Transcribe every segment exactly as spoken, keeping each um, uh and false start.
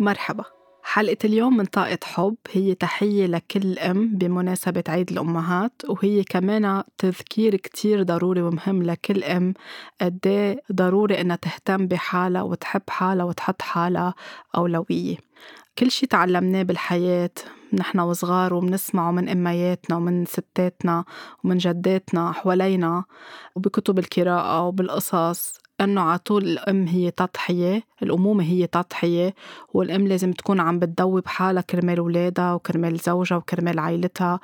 مرحبا. حلقة اليوم من طاقة حب هي تحية لكل أم بمناسبة عيد الأمهات، وهي كمان تذكير كتير ضروري ومهم لكل أم قديه ضروري إنها تهتم بحالها وتحب حالها وتحط حالها أولوية. كل شي تعلمناه بالحياة نحن وصغار ومنسمعه من أمياتنا ومن ستاتنا ومن جداتنا حوالينا وبكتب القراءة وبالقصص أنه عطول الأم هي تضحية، الأمومة هي تضحية، والأم لازم تكون عم بتدوب حالها كرمال ولادها وكرمال زوجها وكرمال عائلتها،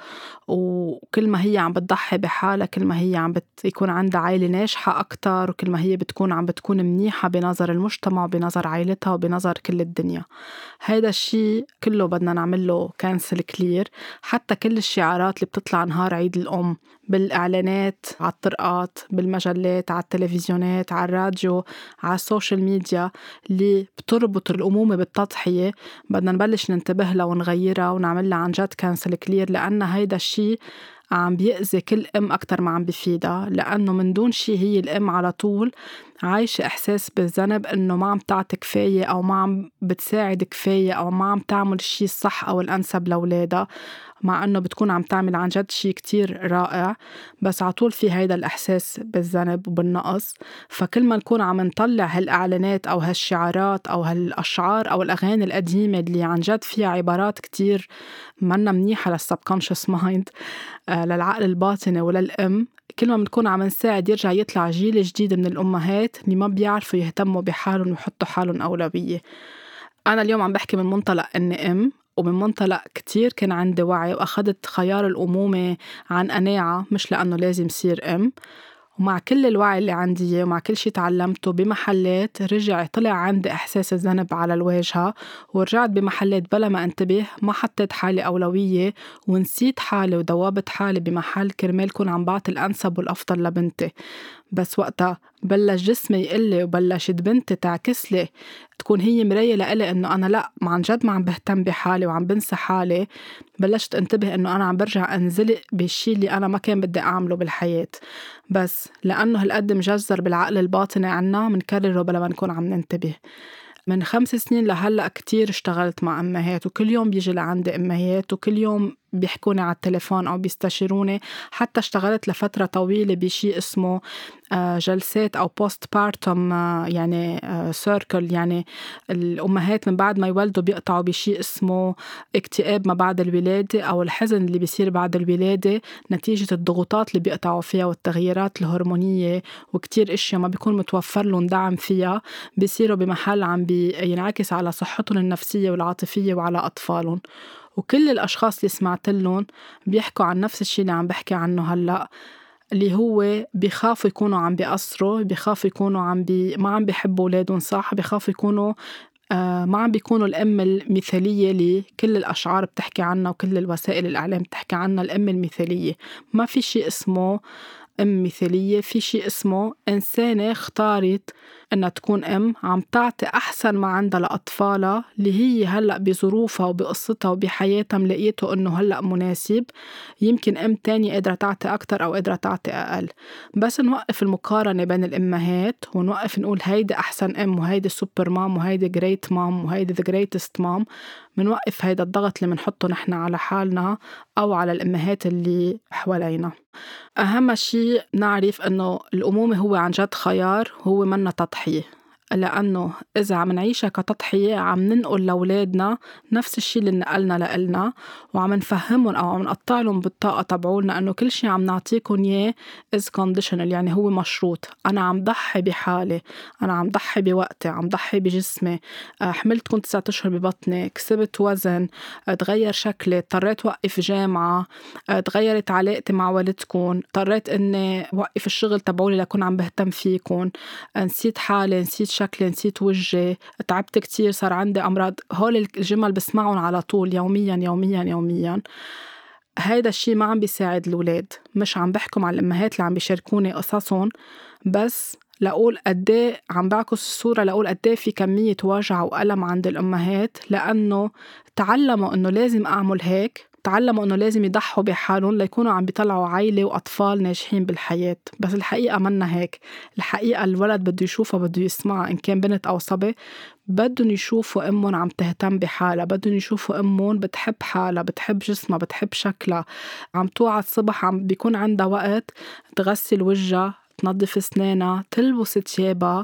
وكل ما هي عم بتضحي بحالها كل ما هي عم بتكون عندها عائلة ناجحة أكتر، وكل ما هي بتكون عم بتكون منيحة بنظر المجتمع وبنظر عائلتها وبنظر كل الدنيا. هيدا الشي كله بدنا نعمله كانسل كلير. حتى كل الشعارات اللي بتطلع نهار عيد الأم بالإعلانات على الطرقات، بالمجلات، على التلفزيونات، على الراديو، على السوشيال ميديا اللي بتربط الأمومة بالتضحية، بدنا نبلش ننتبه لها ونغيرها ونعملها عن جد كانسل كلير، لأن هيدا الشي عم بيأذي كل أم أكتر ما عم بيفيدها. لأنه من دون شي هي الأم على طول عايشة إحساس بالذنب إنه ما عم تعطي كفاية أو ما عم بتساعد كفاية أو ما عم تعمل الشي الصح أو الأنسب لأولادها، مع أنه بتكون عم تعمل عن جد شي كتير رائع، بس عطول في هيدا الإحساس بالذنب وبالنقص. فكل ما نكون عم نطلع هالإعلانات أو هالشعارات أو هالأشعار أو الأغاني القديمة اللي عن جد فيها عبارات كتير منا منيحة للسبكونشس مايند، للعقل الباطني وللأم، كل ما بنكون عم نساعد يرجع يطلع جيل جديد من الأمهات اللي ما بيعرفوا يهتموا بحالهم ويحطوا حالهم أولوية. أنا اليوم عم بحكي من منطلق أني أم، ومن منطلق كتير كان عندي وعي وأخذت خيار الأمومة عن قناعة، مش لأنه لازم صير أم. ومع كل الوعي اللي عندي ومع كل شي تعلمته بمحلات رجع طلع عندي إحساس الذنب على الواجهة، ورجعت بمحلات بلا ما انتبه ما حطيت حالي أولوية ونسيت حالي ودوبت حالي بمحل كرمال كون عم بعطي الأنسب والأفضل لبنتي. بس وقتها بلش جسمي يقلي وبلشت بنتي تعكسلي تكون هي مراية لإلي إنه أنا لأ ما عن جد ما عم بهتم بحالي وعم بنسى حالي، بلشت انتبه إنه أنا عم برجع أنزلق بالشي اللي أنا ما كان بدي أعمله بالحياة، بس لأنه هالقد مجزر بالعقل الباطني عنا منكرره بلا ما نكون عم ننتبه. من خمس سنين لهلأ كتير اشتغلت مع أمهات، وكل يوم بيجي لعندي أمهات وكل يوم بيحكوني على التليفون أو بيستشيروني. حتى اشتغلت لفترة طويلة بشي اسمه جلسات أو بوست بارتم، يعني سيركل، يعني الأمهات من بعد ما يولدوا بيقطعوا بشي اسمه اكتئاب ما بعد الولادة أو الحزن اللي بيصير بعد الولادة نتيجة الضغوطات اللي بيقطعوا فيها والتغييرات الهرمونية، وكتير اشياء ما بيكون متوفر لهم دعم فيها، بيصيروا بمحل عم بينعكس على صحتهم النفسية والعاطفية وعلى أطفالهم. وكل الأشخاص اللي سمعت لهم بيحكوا عن نفس الشيء اللي عم بحكي عنه هلأ، اللي هو بيخافوا يكونوا عم بيقصروا، بيخافوا يكونوا عم بي ما عم بيحبوا أولادهم صح، بيخافوا يكونوا آه ما عم بيكونوا الأم المثالية اللي كل الأشعار بتحكي عنها وكل الوسائل الإعلام بتحكي عنها، الأم المثالية. ما في شيء اسمه أم مثالية، في شيء اسمه إنسانة اختارت أنها تكون أم عم تعطي أحسن ما عندها لأطفالها اللي هي هلأ بظروفها وبقصتها وبحياتها ملاقيته أنه هلأ مناسب. يمكن أم تانية قادرة تعطي أكتر أو قادرة تعطي أقل، بس نوقف المقارنة بين الأمهات ونوقف نقول هيدي أحسن أم وهيدي سوبر مام وهيدي جريت مام وهيدي the greatest مام. منوقف هيدا الضغط اللي منحطه نحن على حالنا أو على الأمهات اللي حوالينا. أهم شيء نعرف أنه الأمومة هو عن جد خيار، هو منا تضحية، لأنه إذا عم نعيشها كتضحية عم ننقل لأولادنا نفس الشيء اللي نقلنا لإلنا، وعم نفهمهم أو عم نقطع لهم بالطاقة تبعولنا أنه كل شيء عم نعطيكم إياه is conditional، يعني هو مشروط. أنا عم ضحي بحالي، أنا عم ضحي بوقتي، عم ضحي بجسمي، حملتكم تسعة أشهر ببطني، كسبت وزن، تغير شكلي، اضطريت وقف جامعة، تغيرت علاقتي مع والدكم، اضطريت اني وقف الشغل تبعولي لكون عم بهتم فيكم، نسيت حالي، نسيت شكلي، نسيت وجهي، تعبت كتير، صار عندي أمراض. هول الجمل بسمعهم على طول يوميا يوميا يوميا. هيدا الشيء ما عم بيساعد الولاد. مش عم بحكم على الأمهات اللي عم بيشاركوني قصصهم، بس لأقول قديه عم بعكس الصورة، لأقول قديه في كمية وجع وألم عند الأمهات، لأنه تعلموا أنه لازم أعمل هيك تعلموا إنه لازم يضحوا بحالهم ليكونوا عم بيطلعوا عائلة وأطفال ناجحين بالحياة. بس الحقيقة منا هيك. الحقيقة الولد بده يشوفها، بده يسمعها، إن كان بنت أو صبي بدهم يشوفوا أمهم عم تهتم بحالها، بدهم يشوفوا أمهم بتحب حالها، بتحب جسمها، بتحب شكلها، عم توعى الصبح، عم بيكون عندها وقت تغسل وجهها، تنظف أسنانها، تلبس تيابها،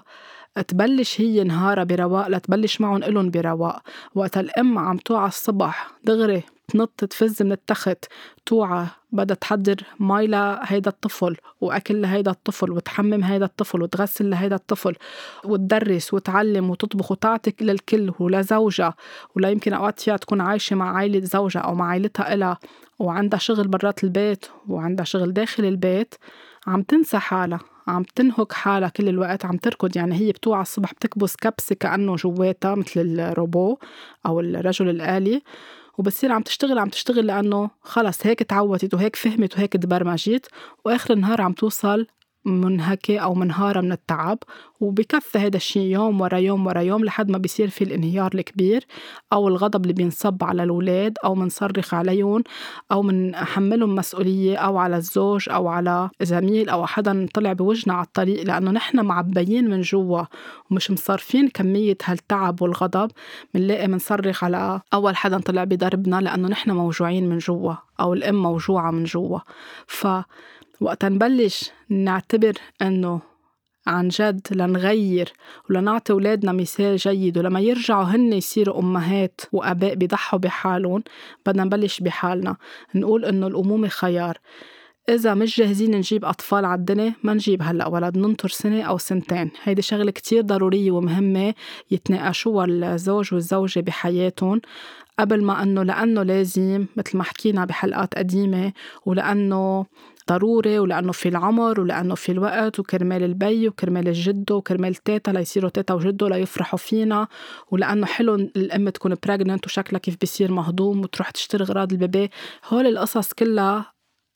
تبلش هي نهارها برواق لتبلش معهم إلهم برواق. وقت الأم عم توعى الصبح دغري تنط تفز من التخت، توعى بدها تحضر مي لهيدا الطفل وأكل لهيدا الطفل وتحمم هيدا الطفل وتغسل لهيدا الطفل وتدرس وتعلم وتطبخ وتعطي للكل ولزوجها، ولا يمكن أوقات فيها تكون عايشة مع عائلة زوجها أو مع عائلتها إلها، وعندها شغل برات البيت وعندها شغل داخل البيت، عم تنسى حالها، عم تنهك حالها كل الوقت، عم تركض. يعني هي بتوعى الصبح بتكبس كبسة كأنه جواتها مثل الروبو أو الرجل الآلي، وبتصير عم تشتغل عم تشتغل لأنه خلص هيك تعودت وهيك فهمت وهيك تبرمجت، وآخر النهار عم توصل منهكة أو منهارة من التعب، وبكفي هيدا الشي يوم ورا يوم ورا يوم لحد ما بيصير في الانهيار الكبير أو الغضب اللي بينصب على الأولاد أو منصرخ عليهم أو منحملهم مسؤولية أو على الزوج أو على زميل أو حدا طلع بوجنا على الطريق، لأنه نحن معبيين من جوا ومش مصرفين كمية هالتعب والغضب. منلاقي منصرخ على أول حدا طلع بضربنا لأنه نحن موجوعين من جوا أو الأم موجوعة من جوا. ف وقت نبلش نعتبر أنه عن جد لنغير ولنعطي أولادنا مثال جيد، ولما يرجعوا هن يصيروا أمهات وأباء بيضحوا بحالهم، بدنا نبلش بحالنا نقول أنه الأمومة خيار. إذا مش جاهزين نجيب أطفال عالدنيا ما نجيب هلأ ولد، ننطر سنة أو سنتين. هيدي شغلة كتير ضرورية ومهمة يتناقشوها الزوج والزوجة بحياتهم قبل ما أنه لأنه لازم مثل ما حكينا بحلقات قديمة، ولأنه ضروري، ولأنه في العمر، ولأنه في الوقت، وكرمال البي وكرمال الجدو وكرمال تيتا ليصيروا تيتا وجدو ليفرحوا فينا، ولأنه حلو الأم تكون براجننت وشكلها كيف بيصير مهضوم وتروح تشتري غراض البيبي. هول القصص كلها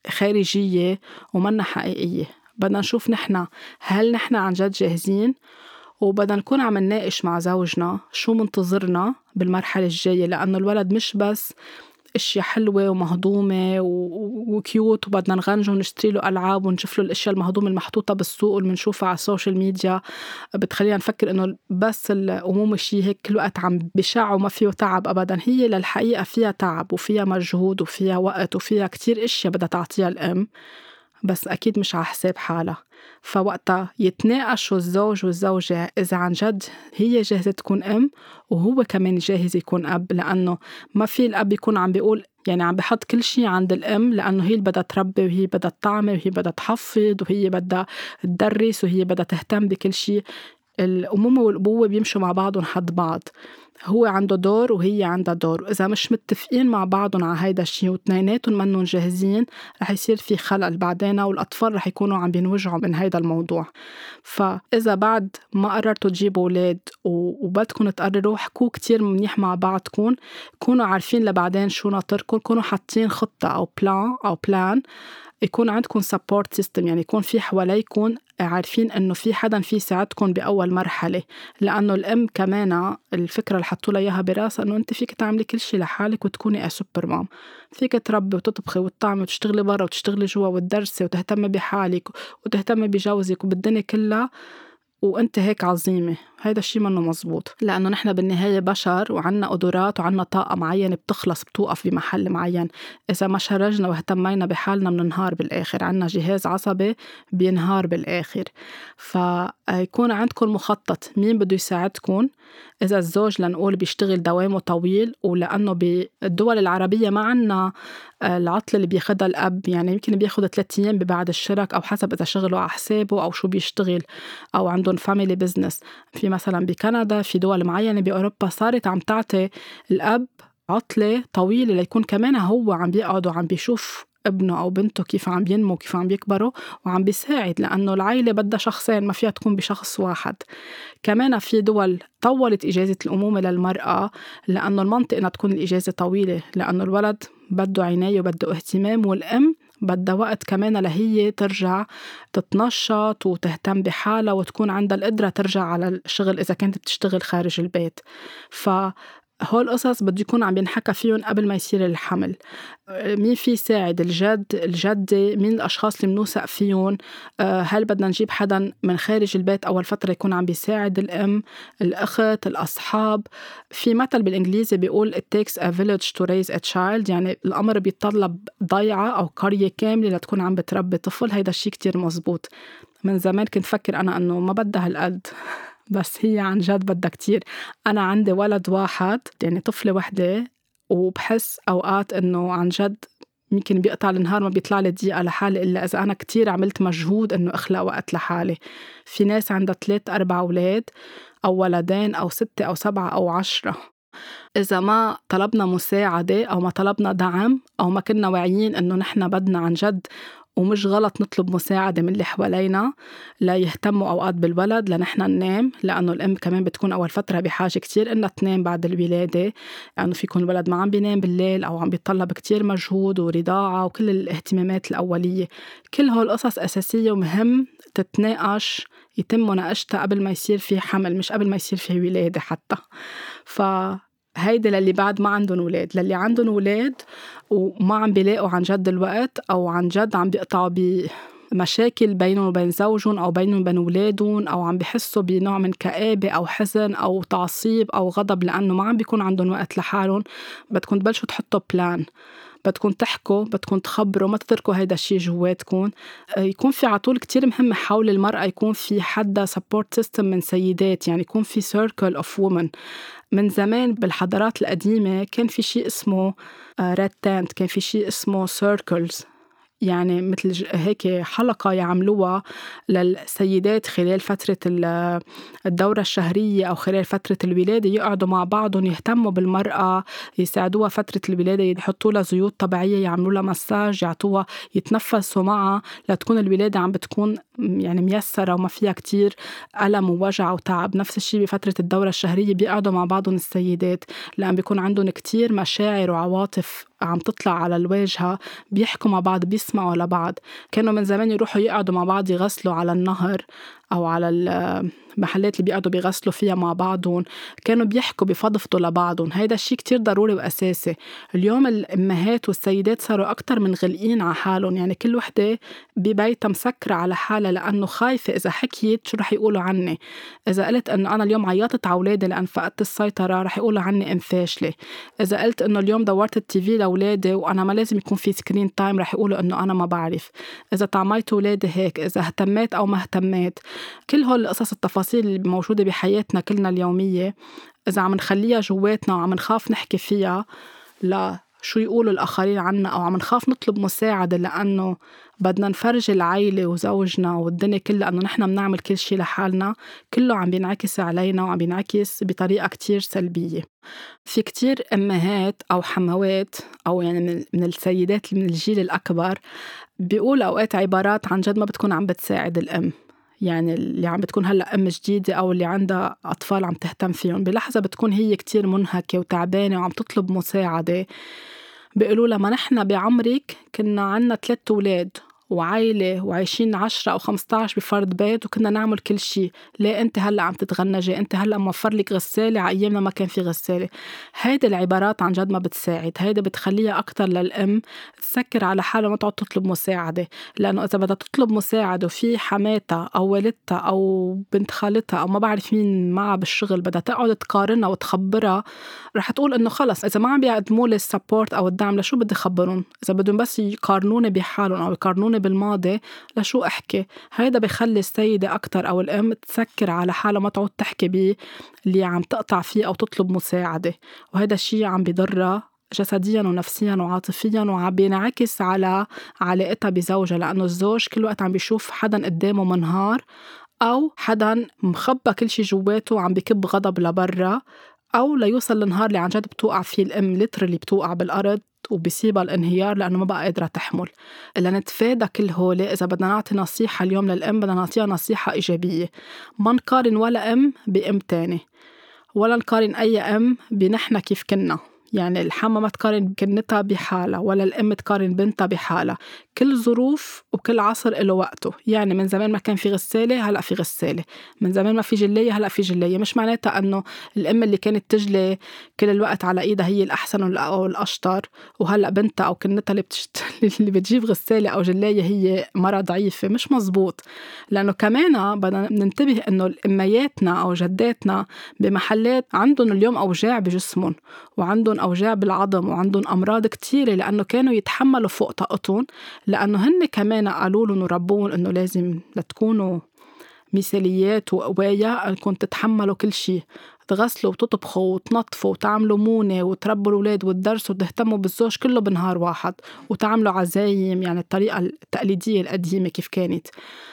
خارجية ومنا حقيقية. بدنا نشوف نحنا هل نحنا عن جد جاهزين، وبدنا نكون عم نناقش مع زوجنا شو منتظرنا بالمرحلة الجاية، لأنه الولد مش بس اشياء حلوة ومهضومة وكيوت وبدنا نغنجه ونشتري له ألعاب ونشوف له الاشياء المهضومة المحطوطة بالسوق واللي بنشوفها على السوشيال ميديا بتخلينا نفكر انه بس الأمومة شيء هيك كل وقت عم بشع وما فيه تعب. ابدا، هي للحقيقة فيها تعب وفيها مجهود وفيها وقت وفيها كتير اشياء بدها تعطيها الأم، بس أكيد مش على حساب حالها. فوقتها يتناقشوا الزوج والزوجة إذا عن جد هي جاهزة تكون أم وهو كمان جاهز يكون أب، لأنه ما في الأب يكون عم بيقول يعني عم بيحط كل شيء عند الأم، لأنه هي اللي بدها تربي وهي بدها تطعمي وهي بدها تحفظ وهي بدها تدرس وهي بدها تهتم بكل شيء. الأمومة والأبوة بيمشوا مع بعضهم حد بعض، هو عنده دور وهي عندها دور، وإذا مش متفقين مع بعضهم على هيدا الشيء واتنيناتهم منهم جاهزين رح يصير في خلل بعدين، والأطفال رح يكونوا عم بينوجعوا من هيدا الموضوع. فإذا بعد ما قررتوا تجيبوا أولاد وبدكم تقرروا، حكوا كتير منيح مع بعضكم، كونوا عارفين لبعدين شو ناطركم، كونوا حاطين خطة أو بلان أو بلان، يكون عندكم سبورت سيستم، يعني يكون في حواليكم عارفين انه في حدا في يساعدكم باول مرحله. لانه الام كمان الفكره اللي حطوا لها اياها براسها انه انت فيك تعملي كل شيء لحالك وتكوني سوبر مام، فيك تربي وتطبخي وتطعمي وتشتغلي برا وتشتغلي جوا وتدرسي وتهتمي بحالك وتهتمي بجوزك وبالدنيا كلها وانت هيك عظيمة. هيدا الشيء منه مزبوط، لأنه نحن بالنهاية بشر وعنا قدرات وعنا طاقة معينة بتخلص بتوقف بمحل معين. إذا ما شرجنا واهتمينا بحالنا مننهار بالآخر، عنا جهاز عصبي بينهار بالآخر. فيكون عندكم مخطط مين بده يساعدكم. إذا الزوج لنقول بيشتغل دوامه طويل، ولأنه بالدول العربية ما عنا العطل اللي بياخدها الأب، يعني يمكن بياخد ثلاثة أيام بعد الشرك أو حسب إذا شغله على حسابه أو شو بيشتغل أو عندهم فاميلي بيزنس. في مثلا بكندا، في دول معينة بأوروبا صارت عم تعطي الأب عطلة طويلة ليكون كمان هو عم بيقعد وعم بيشوف ابنه أو بنته كيف عم ينمو كيف عم بيكبروا وعم بيساعد، لأنه العائلة بدها شخصين ما فيها تكون بشخص واحد. كمان في دول طولت إجازة الأمومة للمرأة لأنه المنطق إنها تكون الإجازة طويلة، لأنه الولد بده عناية وبده اهتمام، والأم بدها وقت كمان لهي ترجع تتنشط وتهتم بحالها وتكون عندها القدرة ترجع على الشغل إذا كانت بتشتغل خارج البيت. ف هول القصص بده يكون عم ينحكى فيهم قبل ما يصير الحمل. مين في يساعد الجد الجدة، مين الأشخاص اللي منوثق فيهم، هل بدنا نجيب حدا من خارج البيت أول فترة يكون عم بيساعد الأم، الأخت، الأصحاب. في مثل بالإنجليزي بيقول it takes a village to raise a child، يعني الأمر بيتطلب ضيعة أو قرية كاملة لتكون عم بتربي طفل. هيدا الشي كتير مزبوط. من زمان كنت فكر أنا أنه ما بدها هالقد، بس هي عن جد بدها كتير. أنا عندي ولد واحد، يعني طفلة وحدة، وبحس أوقات أنه عن جد يمكن بيقطع النهار ما بيطلع لي دقيقة لحالي إلا إذا أنا كتير عملت مجهود أنه أخلق وقت لحالي. في ناس عندها ثلاث أربع أولاد أو ولدين أو ستة أو سبعة أو عشرة. إذا ما طلبنا مساعدة أو ما طلبنا دعم أو ما كنا واعيين أنه نحن بدنا عن جد، ومش غلط نطلب مساعدة من اللي حوالينا لا يهتموا أوقات بالولد لنحن ننام، لأنه الأم كمان بتكون أول فترة بحاجة كتير إنها تنام بعد الولادة، لأنه يعني في يكون الولد ما عم بينام بالليل أو عم بيطلب كتير مجهود ورضاعة وكل الاهتمامات الأولية. كل هول القصص أساسية ومهم تتناقش، يتم مناقشتها قبل ما يصير في حمل، مش قبل ما يصير في ولادة حتى. ف هيدا للي بعد ما عندهم ولاد. للي عندهم ولاد وما عم بيلاقوا عن جد الوقت، أو عن جد عم بيقطعوا بمشاكل بينهم وبين زوجهم أو بينهم وبين ولادهم، أو عم بيحسوا بنوع من كآبة أو حزن أو تعصيب أو غضب لأنه ما عم بيكون عندهم وقت لحالهم، بدكم تبلشوا تحطوا بلان. بدكم تحكوا، بدكم تخبروا، ما تتركوا هيدا الشي جواتكم. يكون في عطول كتير مهم حول المرأة، يكون في حدا support system من سيدات، يعني يكون في circle of women. من زمان بالحضارات القديمة كان في شيء اسمه red tent، كان في شيء اسمه circles، يعني مثل هيك حلقة يعملوها للسيدات خلال فترة الدورة الشهرية أو خلال فترة الولادة، يقعدوا مع بعضهم يهتموا بالمرأة، يساعدوها فترة الولادة، يحطوا لها زيوت طبيعية، يعملوا لها مساج، يعطوها يتنفسوا معها لتكون الولادة عم بتكون يعني ميسرة وما فيها كتير ألم ووجع وتعب. نفس الشيء بفترة الدورة الشهرية بيقعدوا مع بعضهم السيدات لأن بيكون عندهم كتير مشاعر وعواطف عم تطلع على الواجهة، بيحكوا مع بعض، بيسمعوا لبعض. كانوا من زمان يروحوا يقعدوا مع بعض يغسلوا على النهر أو على المحلات اللي بيقعدوا بيغسلوا فيها مع بعضهم، كانوا بيحكوا بيفضفضوا لبعضهم. هيدا الشيء كتير ضروري وأساسي. اليوم الأمهات والسيدات صاروا أكتر من غلقين على حالهم، يعني كل وحدة ببيتها مسكرة على حالها لأنه خايفة إذا حكيت شو رح يقولوا عني. إذا قلت أنه أنا اليوم عيطت على أولادي لأن فقدت السيطرة رح يقولوا عني أم فاشلة. إذا قلت أنه اليوم دورت التيفي لأولادي وأنا ما لازم يكون في سكرين تايم رح يقولوا أنه أنا ما بعرف. إذا طعميت أولادي هيك، إذا اهتميت أو ما اهتميت. كل هول القصص التفاصيل اللي موجودة بحياتنا كلنا اليومية، إذا عم نخليها جواتنا وعم نخاف نحكي فيها لا شو يقولوا الآخرين عنا، أو عم نخاف نطلب مساعدة لأنه بدنا نفرج العيلة وزوجنا والدنيا كلها أنه نحن بنعمل كل شي لحالنا، كله عم بينعكس علينا وعم بينعكس بطريقة كتير سلبية. في كتير أمهات أو حموات أو يعني من السيدات من الجيل الأكبر بيقول أوقات عبارات عن جد ما بتكون عم بتساعد الأم، يعني اللي عم بتكون هلأ أم جديدة أو اللي عندها أطفال عم تهتم فيهم، بلحظة بتكون هي كتير منهكة وتعبانة وعم تطلب مساعدة، بيقولوا لها ما نحن بعمرك كنا عنا ثلاث أولاد وعائلة وعايشين عشرة أو خمسة عشر بفرد بيت وكنا نعمل كل شيء، ليه أنت هلأ عم تتغنجي؟ أنت هلأ موفر لك غسالة على أيامنا ما كان في غسالة. هيدا العبارات عن جد ما بتساعد، هيدا بتخليها أكتر للأم تسكر على حالها ما تقعد تطلب مساعدة، لأنه إذا بدها تطلب مساعدة وفي حماتها أو والدتها أو بنت خالتها أو ما بعرف مين معها بالشغل بدها تقعد تقارنها وتخبرها، رح تقول إنه خلص إذا ما عم بيقدموا لي السبورت أو الدعم لشو بدي خبرهم؟ إذا بدهم بس يقارنوني بحالهم أو يقارنوني بالماضي لشو أحكي؟ هيدا بيخلي السيدة أكتر أو الأم تسكر على حالها ما تعود تحكي بيه اللي عم تقطع فيه أو تطلب مساعدة، وهيدا الشيء عم بيضرها جسديا ونفسيا وعاطفيا وعم بينعكس على علاقتها بزوجها، لأنه الزوج كل وقت عم بيشوف حدا قدامه منهار أو حدا مخبى كل شي جواته وعم بيكب غضب لبرا، أو ليوصل لنهار اللي عن جد بتوقع فيه الأم لتر اللي بتوقع بالأرض وبيصيبها الانهيار لأنه ما بقى قادرة تحمل. لنتفادى كل هولي إذا بدنا نعطي نصيحة اليوم للأم بدنا نعطيها نصيحة إيجابية، ما نقارن ولا أم بأم تاني ولا نقارن أي أم بنحنا كيف كنا. يعني الحما ما تقارن كنتها بحالها ولا الأم تقارن بنتها بحالها. كل ظروف وكل عصر له وقته. يعني من زمان ما كان في غسالة، هلأ في غسالة. من زمان ما في جلية، هلأ في جلية. مش معناتها أنه الأم اللي كانت تجلي كل الوقت على إيدها هي الأحسن أو الأشطر، وهلأ بنتها أو كنتها اللي, بتشت... اللي بتجيب غسالة أو جلية هي مرة ضعيفة. مش مزبوط. لأنه كمان بدنا ننتبه أنه الأمياتنا أو جداتنا بمحلات عندهم اليوم أوجاع بجسمهم وعندهم أوجاع بالعظم وعندهم أمراض كتيرة، لأنه كانوا يتحملوا فوق طاقتهم، لأنه هن كمان قالوا لهم وربون أنه لازم لتكونوا مثاليات وقوايا أنكم تتحملوا كل شيء، تغسلوا وتطبخوا وتنظفوا وتعملوا مونة وتربوا الأولاد وتدرسوا وتهتموا بالزوج كله بنهار واحد وتعملوا عزايم. يعني الطريقة التقليدية القديمة كيف كانت.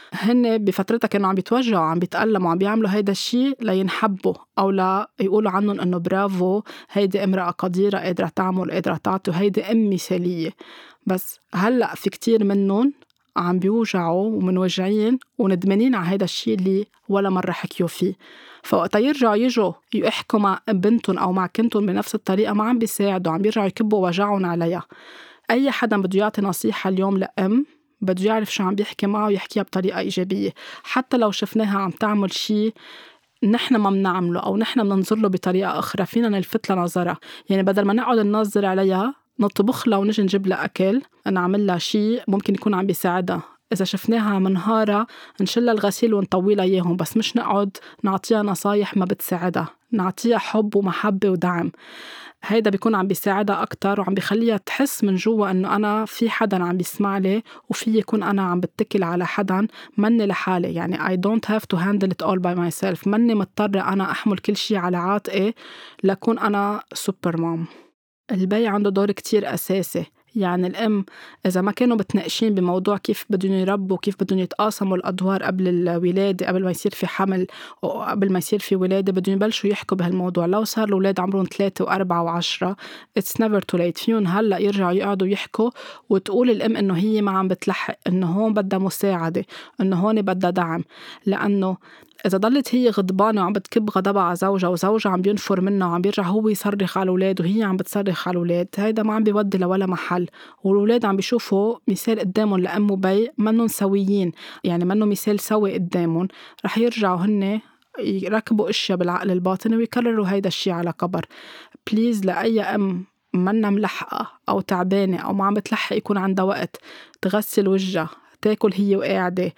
هن بفترتها كانوا عم بيتوجعوا عم بيتألموا عم بيعملوا هيدا الشيء لينحبوا أو لا يقولوا عنهم أنه برافو هيدي امرأة قديرة قادرة تعمل قادرة تعطي وهيدي أم مثالية. بس هلأ في كتير منهم عم بيوجعوا ومنوجعين وندمانين على هيدا الشيء اللي ولا مرة حكيوا فيه. فوقتا يرجعوا يجوا يحكوا مع بنتهم أو مع كنتهم بنفس الطريقة ما عم بيساعدوا، عم بيرجعوا يكبوا وجعهم عليها. أي حدا بده يعطي نصيحة اليوم لأم بده يعرف شو عم بيحكي معه ويحكيها بطريقة إيجابية. حتى لو شفناها عم تعمل شيء نحن ما منعمله أو نحن مننظر له بطريقة أخرى فينا نلفت لنظرها. يعني بدل ما نقعد ننظر عليها نطبخ لها ونجي نجيب لها أكل نعمل لها شيء ممكن يكون عم بيساعدها. إذا شفناها منهارة نشلها الغسيل ونطويلها إياهم، بس مش نقعد نعطيها نصايح ما بتساعدها. نعطيها حب ومحبة ودعم. هيدا بيكون عم بيساعدها أكتر وعم بيخليها تحس من جوا أنه أنا في حدا عم بيسمع لي وفي يكون أنا عم بتكل على حدا مني لحالي. يعني I don't have to handle it all by myself. مني مضطرة أنا أحمل كل شي على عاتقي لكون أنا سوبر مام. البي عنده دور كتير أساسي. يعني الأم إذا ما كانوا بتناقشين بموضوع كيف بدهم يربوا وكيف بدهم يتقاسموا الأدوار قبل الولادة قبل ما يصير في حمل وقبل ما يصير في ولادة بدهم يبلشوا يحكوا بهالموضوع. لو صار الأولاد عمرهم ثلاثة وأربعة وعشرة it's never too late. فيهم هلأ يرجعوا يقعدوا يحكوا وتقول الأم إنه هي ما عم بتلحق، إنه هون بدها مساعدة، إنه هون بدها دعم. لأنه إذا ضلت هي غضبانة وعم بتكب غضبها على زوجها وزوجها عم بينفر منها وعم بيرجع هو يصرخ على الأولاد وهي عم بتصرخ على الأولاد، هيدا ما عم بيودي لولا محل. والأولاد عم بيشوفوا مثال قدامهم لأم وبي منهم سويين، يعني منه مثال سوي قدامهم، رح يرجعوا هن يركبوا اشياء بالعقل الباطني ويكرروا هيدا الشي على كبر. بليز لأي أم منا ملحقة أو تعبانة أو ما عم بتلحق يكون عندها وقت تغسل وجهها، تاكل هي وقاعدة،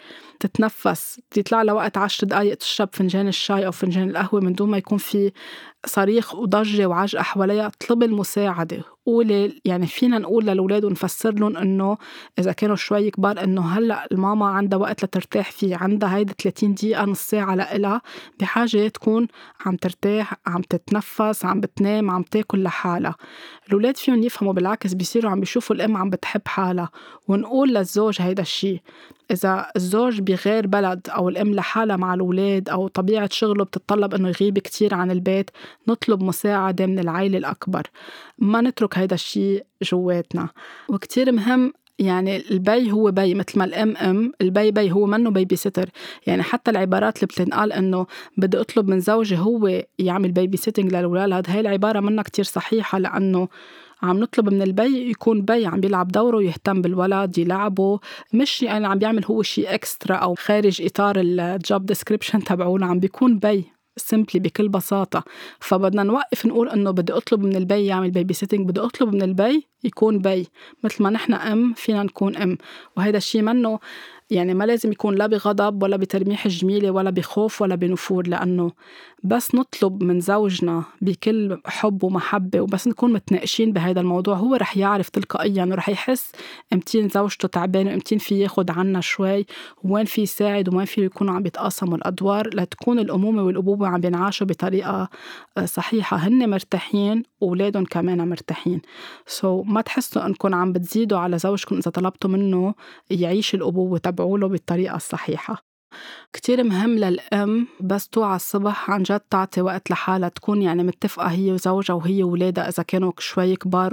تتنفس، تطلع لها وقت عشر دقايق تشرب فنجان الشاي أو فنجان القهوة من دون ما يكون في صريخ وضجة وعجقة حواليها، اطلب المساعدة. قولي يعني فينا نقول للأولاد ونفسر لهم إنه إذا كانوا شوي كبار إنه هلأ الماما عندها وقت لترتاح فيه، عندها هيدا ثلاثين دقيقة نص ساعة لإلها بحاجة تكون عم ترتاح عم تتنفس عم بتنام عم تاكل لحالها. الأولاد فيهم يفهموا بالعكس، بيصيروا عم بيشوفوا الأم عم بتحب حالها. ونقول للزوج هيدا الشي إذا الزوج بغير بلد أو الأم لحالها مع الأولاد أو طبيعة شغله بتطلب إنه يغيب كتير عن البيت، نطلب مساعدة من العائلة الأكبر، ما نترك هيدا الشي جواتنا. وكتير مهم يعني البي هو بي مثل ما الأم أم، البي بي هو منه بيبي ستر. يعني حتى العبارات اللي بتنقال إنه بدي أطلب من زوجي هو يعمل بيبي سيتنج للولاد، هاي العبارة منها كتير صحيحة، لأنه عم نطلب من البي يكون بي عم بيلعب دوره ويهتم بالولد يلعبه، مش يعني عم بيعمل هو شيء اكسترا او خارج اطار الجوب ديسكريبشن تبعونه، عم بيكون بي سيمبلي بكل بساطة. فبدنا نوقف نقول انه بدي اطلب من البي يعمل بيبي سيتنج، بدي اطلب من البي يكون بي مثل ما نحن ام فينا نكون ام. وهذا الشيء منه يعني ما لازم يكون لا بغضب ولا بترميح جميلة ولا بخوف ولا بنفور، لأنه بس نطلب من زوجنا بكل حب ومحبة وبس نكون متناقشين بهذا الموضوع، هو رح يعرف تلقائيا ورح يحس امتين زوجته تعبانة وامتين في ياخد عنا شوي وين في يساعد وين في يكونوا عم بيتقاسموا الأدوار لتكون الأمومة والأبوة عم بينعاشوا بطريقة صحيحة، هن مرتاحين وولادهم كمان مرتاحين. سو so, ما تحسوا أنكم عم بتزيدوا على زوجكم إذا طلبتوا منه يعيش الأبوة، تبعوله بالطريقة الصحيحة. كتير مهم للأم بس توعى الصبح عن جد تعطي وقت لحالها، تكون يعني متفقة هي وزوجها وهي وولادها إذا كانوا شوي كبار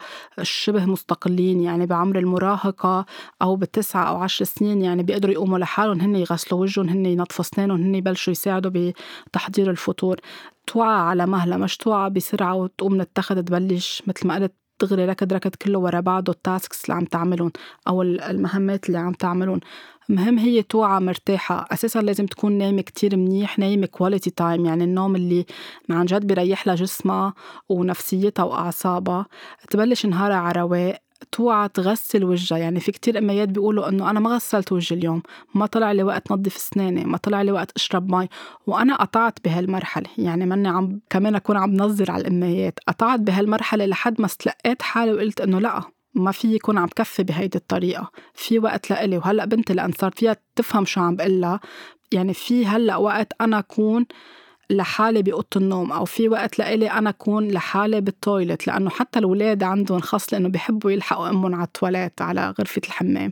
وشبه مستقلين، يعني بعمر المراهقة أو بتسعة أو عشر سنين، يعني بيقدروا يقوموا لحالهم، هن يغسلوا وجههم، هن ينظفوا أسنانهم، هن يبلشوا يساعدوا بتحضير الفطور. توعى على مهلة، مش توعى بسرعة وتقوم نتخذ تبلش مثل ما قلت دغري ركض ركض كله ورا بعضه التاسكس اللي عم تعملون أو المهمات اللي عم تعملون. مهم هي توعى مرتاحة. أساساً لازم تكون نايمة كتير منيح، نايمة كواليتي تايم، يعني النوم اللي عن جد بيريح لها جسمها ونفسيتها وأعصابها. تبلش نهارها على رواق، توعى تغسل وجهها. يعني في كتير أميات بيقولوا إنه أنا ما غسلت وجهي اليوم، ما طلع لي وقت نظف أسناني، ما طلع لي وقت أشرب مي. وأنا قطعت بهالمرحلة، يعني مني عم كمان أكون عم نظر على الأميات، قطعت بهالمرحلة لحد ما استلقيت حالي وقلت إنه لأ، ما في يكون عم كفي بهيدي الطريقة، في وقت لإلي. وهلأ بنتي لأن صار فيها تفهم شو عم بقلها، يعني في هلأ وقت أنا أكون لحالي بأوضة النوم، أو في وقت لإلي أنا أكون لحالي بالتويلت. لأنه حتى الولاد عندهم خاص لأنه بيحبوا يلحقوا أمهم على التواليت، على غرفة الحمام،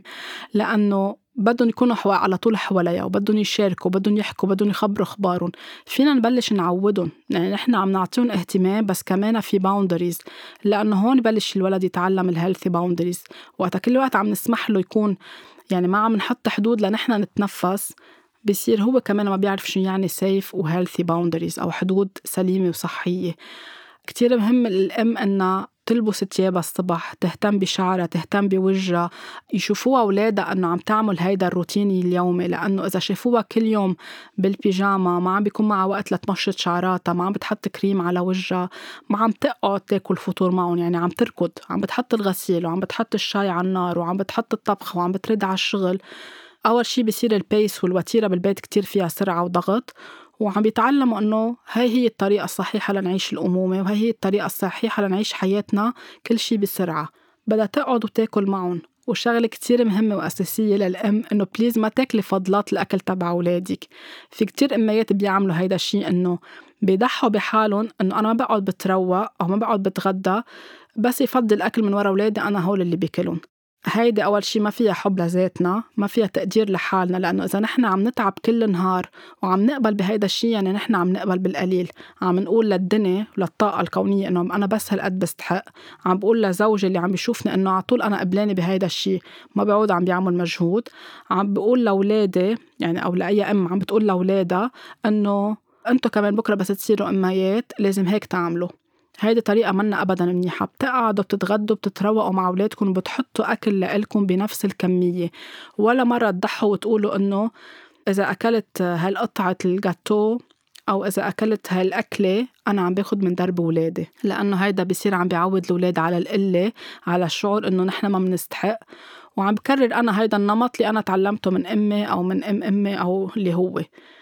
لأنه بدهم يكونوا حوا على طول حواليها، وبدهم يشاركوا، بدهم يحكوا، بدهم يخبروا أخبارهم. فينا نبلش نعودهم، يعني نحن عم نعطيهم اهتمام بس كمان في باوندريز، لأنه هون بلش الولد يتعلم الهيلثي باوندريز. وقتا كل وقت عم نسمح له يكون، يعني ما عم نحط حدود لنحن نتنفس، بيصير هو كمان ما بيعرف شو يعني safe و healthy boundaries أو حدود سليمة وصحية. كتير مهم الأم أنها تلبس تيابها الصبح، تهتم بشعرها، تهتم بوجهها، يشوفوها أولادها أنه عم تعمل هيدا الروتيني اليومي. لأنه إذا شافوها كل يوم بالبيجاما، ما عم بيكون معها وقت لتمشط شعراتها، ما عم بتحط كريم على وجهها، ما عم تقعد تاكل فطور معهم، يعني عم تركض، عم بتحط الغسيل وعم بتحط الشاي على النار وعم بتحط الطبخ وعم بترد على الشغل، أول شي بيصير البيس والوتيرة بالبيت كتير فيها سرعة وضغط. وعم بيتعلموا أنه هاي هي الطريقة الصحيحة لنعيش الأمومة، وهي هي الطريقة الصحيحة لنعيش حياتنا، كل شي بسرعة. بدها تقعد وتاكل معهم. وشغلة كتير مهمة وأساسية للأم إنه بليز ما تاكلي فضلات الأكل تبع أولادك. في كتير أميات بيعملوا هيدا الشي، إنه بيضحوا بحالهم إنه أنا ما بقعد بتروق أو ما بقعد بتغدى، بس يفضل الأكل من ورا أولادي، أنا هول اللي بيكلون. هيدي أول شي ما فيها حب لذاتنا، ما فيها تقدير لحالنا. لأنه إذا نحن عم نتعب كل نهار وعم نقبل بهيدا الشي، يعني نحن عم نقبل بالقليل، عم نقول للدنيا وللطاقة الكونية إنه أنا بس هالقد بستحق. عم بقول لزوجي اللي عم بيشوفني إنه عطول أنا قبلاني بهيدا الشي، ما بيعود عم بيعمل مجهود. عم بقول لأولادي، يعني أو لأي أم عم بتقول لأولادها إنه أنتو كمان بكرة بس تصيروا أميات لازم هيك تعملوا. هيدي طريقة منا أبداً منيحة. بتقعدوا بتتغدوا بتتروقوا مع أولادكم وبتحطوا أكل لإلكم بنفس الكمية، ولا مرة تضحوا وتقولوا إنه إذا أكلت هالقطعة الجاتو أو إذا أكلت هالأكلة أنا عم باخد من درب ولادي. لأنه هيدا بيصير عم بيعود الولاد على القلة، على الشعور إنه نحن ما منستحق. وعم بكرر أنا هيدا النمط اللي أنا تعلمته من أمي أو من أم أمي أو اللي هو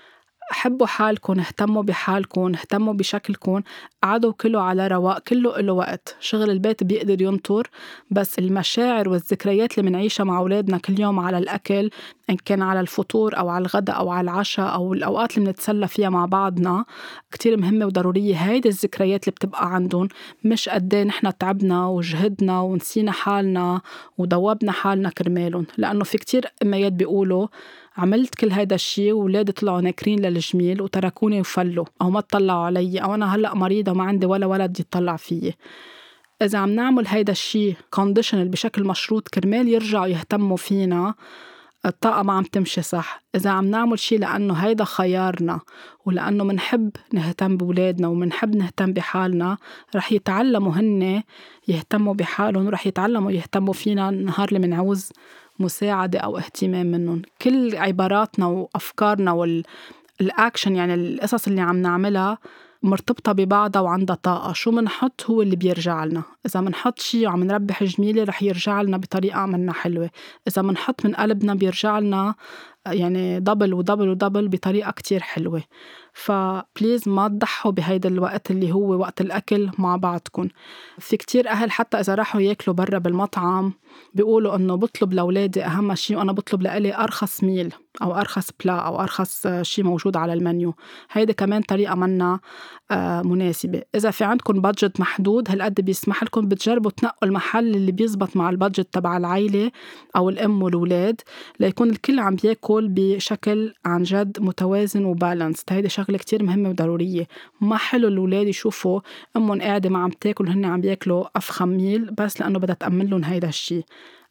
حبوا حالكم، اهتموا بحالكم، اهتموا بشكلكم، قعدوا كله على رواق، كله له وقت. شغل البيت بيقدر ينطر، بس المشاعر والذكريات اللي منعيشها مع أولادنا كل يوم على الأكل، إن كان على الفطور أو على الغداء أو على العشاء أو الأوقات اللي منتسلى فيها مع بعضنا، كتير مهمة وضرورية. هيدي الذكريات اللي بتبقى عندهم، مش قديه نحن تعبنا وجهدنا ونسينا حالنا ودوبنا حالنا كرمالهم. لأنه في كتير أميات بيقولوا عملت كل هيدا الشي وولادي طلعوا ناكرين للجميل وتركوني وفلوا، أو ما تطلعوا علي، أو أنا هلأ مريضة وما عندي ولا ولد يتطلع فيي. إذا عم نعمل هيدا الشي conditional بشكل مشروط كرمال يرجعوا يهتموا فينا، الطاقة ما عم تمشي صح. إذا عم نعمل شي لأنه هيدا خيارنا ولأنه منحب نهتم بولادنا ومنحب نهتم بحالنا، رح يتعلموا هن يهتموا بحالهم ورح يتعلموا يهتموا فينا نهار اللي منعوز مساعدة أو اهتمام منهم. كل عباراتنا وأفكارنا والأكشن، يعني القصص اللي عم نعملها مرتبطة ببعضها وعندها طاقة. شو منحط هو اللي بيرجع لنا. إذا منحط شي وعم نربح جميلة رح يرجع لنا بطريقة منا حلوة. إذا منحط من قلبنا بيرجع لنا يعني دبل ودبل ودبل بطريقة كتير حلوة. فبليز ما تضحوا بهيدا الوقت اللي هو وقت الأكل مع بعضكم. في كتير أهل حتى إذا راحوا يأكلوا برا بالمطعم بيقولوا إنه بطلب لأولادي أهم شي وأنا بطلب لألي أرخص ميل أو أرخص بلا أو أرخص شي موجود على المنيو. هيدا كمان طريقة منا آه مناسبة. إذا في عندكم بادجت محدود هالقد بيسمح لكم بتجربوا تنقوا المحل اللي بيزبط مع البادجت تبع العائلة أو الأم والولاد، ليكون الكل عم بياكل بشكل عن جد متوازن وبالانس. هيدا شغلة كتير مهمة وضرورية. ما حلو الولاد يشوفوا أمهم قاعدة ما عم تاكل هن عم بياكلوا أفخم ميل بس لأنه بدها تأمن لهم هيدا الشي.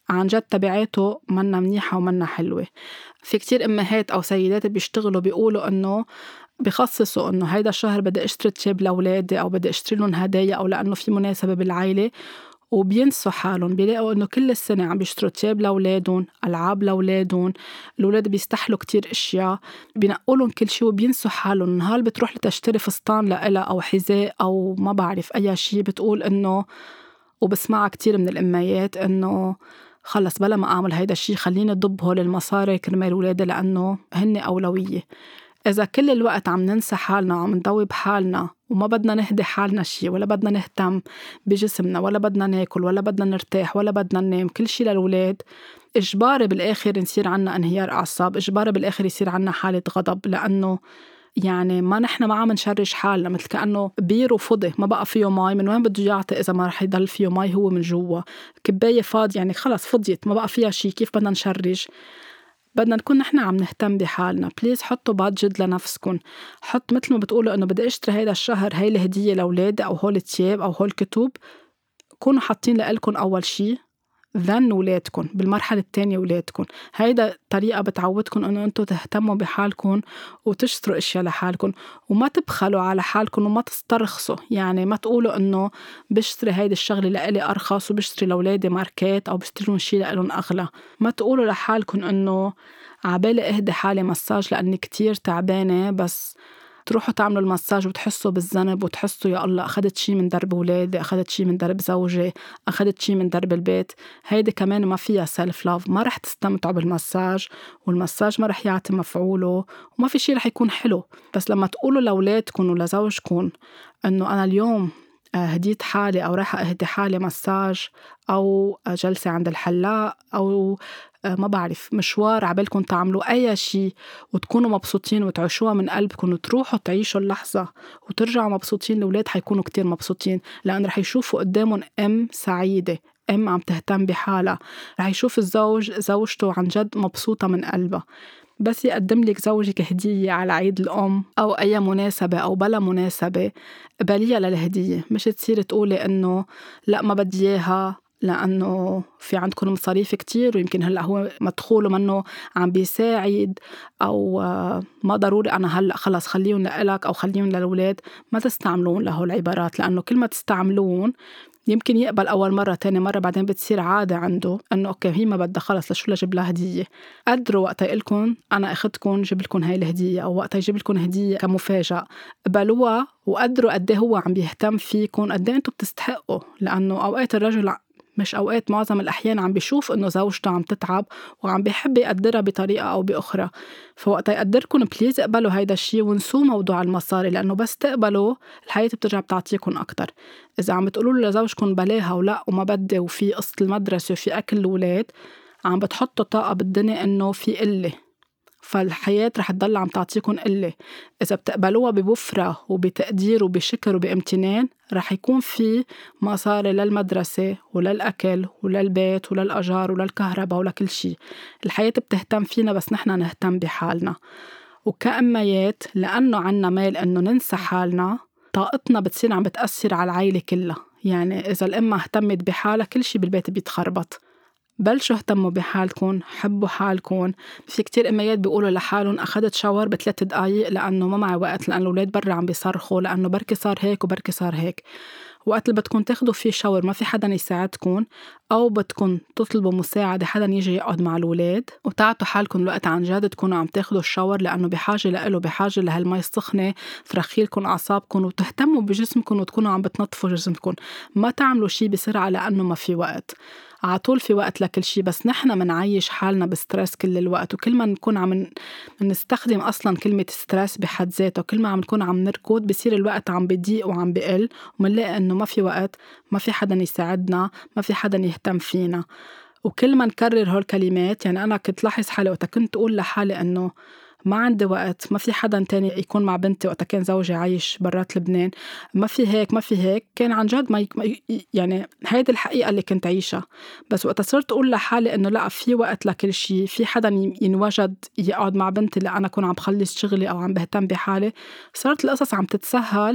عن جد تبعاته منا منيحة ومنا حلوة. في كتير أمهات أو سيدات بيشتغلوا بيقولوا إنه بخصصوا إنه هيدا الشهر بدي أشتري تياب لأولادي أو بدي أشتري لهم هدايا أو لأنه في مناسبة بالعائلة، وبينسوا حالهم بيلاقوا إنه كل السنة عم بيشتروا تياب لأولادهم، ألعاب لأولادهم، الأولاد بيستحلوا كتير إشياء، بينقولن كل شي وبينسوا حالهم. نهار بتروح لتشتري فستان لإلها أو حذاء أو ما بعرف أي شي بتقول إنه، وبسمعها كتير من الأميات إنه خلص بلا ما أعمل هيدا الشي خليني أضب هول المصاري كرمال ولادي لأنه هن أولوية. إذا كل الوقت عم ننسى حالنا وعم ندوب حالنا وما بدنا نهدي حالنا شي ولا بدنا نهتم بجسمنا ولا بدنا ناكل ولا بدنا نرتاح ولا بدنا ننام، كل شي للولاد، إجباري بالآخر نصير عنا انهيار أعصاب، إجباري بالآخر يصير عنا حالة غضب، لأنه يعني ما نحن ما عم نشرج حالنا، مثل كأنه بير وفضي ما بقى فيه ماي، من وين بده يعطي إذا ما رح يضل فيه ماي هو من جوا، كباية فاضية يعني خلص فضيت ما بقى فيها شي، كيف بدنا نشرج؟ بدنا نكون نحن عم نهتم بحالنا. بليز حطوا بادجت لنفسكن، حط مثل ما بتقولوا إنه بدي أشتري هيدا الشهر هاي الهدية لأولادي أو هول التياب أو هول الكتب، كونوا حاطين لإلكن أول شي ذن ولادكن، بالمرحلة التانية ولادكن. هيدا طريقة بتعودكن إنه أنتوا تهتموا بحالكن وتشتروا إشياء لحالكن وما تبخلوا على حالكن وما تسترخصوا. يعني ما تقولوا إنه بشتري هيدا الشغلة لإلي أرخص وبشتري لأولادي ماركات أو بشتري لهم شي لإلهم أغلى. ما تقولوا لحالكن إنه عبالي أهدي حالي مساج لأني كتير تعبانة، بس تروحوا تعملوا المساج وتحسوا بالذنب وتحسوا يا الله أخذت شي من درب ولادي، أخذت شي من درب زوجي، أخذت شي من درب البيت. هيدي كمان ما فيها سيلف لاف، ما رح تستمتعوا بالمساج والمساج ما رح يعطي مفعوله وما في شي رح يكون حلو. بس لما تقولوا لأولادكم ولزوجكم إنه أنا اليوم هديت حالي أو رايحة أهدي حالي مساج أو جلسة عند الحلاق أو ما بعرف مشوار عبالكم تعملوا أي شي وتكونوا مبسوطين وتعيشوها من قلبكم وتروحوا تعيشوا اللحظة وترجعوا مبسوطين، الأولاد حيكونوا كتير مبسوطين لأن رح يشوفوا قدامهم أم سعيدة، أم عم تهتم بحالها، رح يشوف الزوج زوجته عن جد مبسوطة من قلبها. بس يقدم لك زوجك هدية على عيد الأم أو أي مناسبة أو بلا مناسبة، قبليها للهدية، مش تصير تقولي إنه لا ما بدي إياها لأنه في عندكم مصاريف كتير ويمكن هلأ هو مدخوله منه عم بيساعد أو ما ضروري أنا هلأ خلص خليهم لإلك أو خليهم للولاد. ما تستعملون له العبارات، لأنه كل ما تستعملون يمكن يقبل أول مرة تاني مرة بعدين بتصير عادة عنده إنه أوكي هي ما بدها خلص لشو لجيب لها هدية. قدروا وقت يقلكن أنا أخدكن جيب لكم هاي الهدية أو وقت يجيب لكم هدية كمفاجأة قبلوها وقدروا قديه هو عم بيهتم فيكن، قديه أنتوا بتستحقوا. لأنه أوقات الرجل مش أوقات معظم الأحيان عم بيشوف إنه زوجته عم تتعب وعم بيحب يقدرها بطريقة أو بأخرى، فوقت يقدركن بليز اقبلوا هيدا الشي ونسوا موضوع المصاري، لأنه بس تقبلوا الحياة بترجع بتعطيكن أكتر. إذا عم بتقولوا له لزوجكن بلاها ولا وما بدي وفي قصة المدرسة وفي أكل الولاد عم بتحطوا طاقة بالدنيا إنه في قلة، فالحياة رح تضل عم تعطيكن قلة. إذا بتقبلوها بوفرة وبتقدير وبشكر وبامتنان رح يكون في مصاري للمدرسة وللأكل وللبيت وللأجار وللكهرباء ولكل شي. الحياة بتهتم فينا بس نحنا نهتم بحالنا. وكأميات لأنه عنا ميل إنه ننسى حالنا طاقتنا بتصير عم بتأثر على العائلة كلها. يعني إذا الأم اهتمت بحالها كل شي بالبيت بيتخربط. بلشوا اهتموا بحالكم، حبوا حالكم. في كتير أميات بيقولوا لحالهم أخذت شاور بثلاث دقايق لأنه ما معي وقت، لأنه الولاد برا عم بيصرخوا، لأنه بركي صار هيك وبركي صار هيك. وقت اللي بدكم تاخدوا فيه شاور ما في حدا يساعدكم أو بدكم تطلبوا مساعدة حدا يجي يقعد مع الولاد وتعطوا حالكم الوقت عن جد تكونوا عم تاخدوا الشاور، لأنه بحاجة لإله، بحاجة لهالمي السخنة ترخيلكم أعصابكم وتهتموا بجسمكم وتكونوا عم بتنظفوا جسمكم. ما تعملوا شي بسرعة لأنه ما في وقت، عطول في وقت لكل شي. بس نحنا منعيش حالنا بسترس كل الوقت، وكل ما نكون عم نستخدم أصلا كلمة سترس بحد ذاته، كل ما عم نكون عم نركض بصير الوقت عم بيضيق وعم بقل ومنلاقي إنه ما في وقت، ما في حدا يساعدنا، ما في حدا يهتم فينا. وكل ما نكرر هول الكلمات، يعني أنا كنت لاحظ حالي وقت كنت أقول لحالي إنه ما عندي وقت، ما في حدا تاني يكون مع بنتي وقت كان زوجي عايش برات لبنان، ما في هيك ما في هيك، كان عن جد ما يك... يعني هيدي الحقيقة اللي كنت عيشها. بس وقت صرت أقول لحالي إنه لا في وقت لكل شيء، في حدا ينوجد يقعد مع بنتي لأ أنا أكون عم بخلص شغلي أو عم بهتم بحالي، صارت القصص عم تتسهل.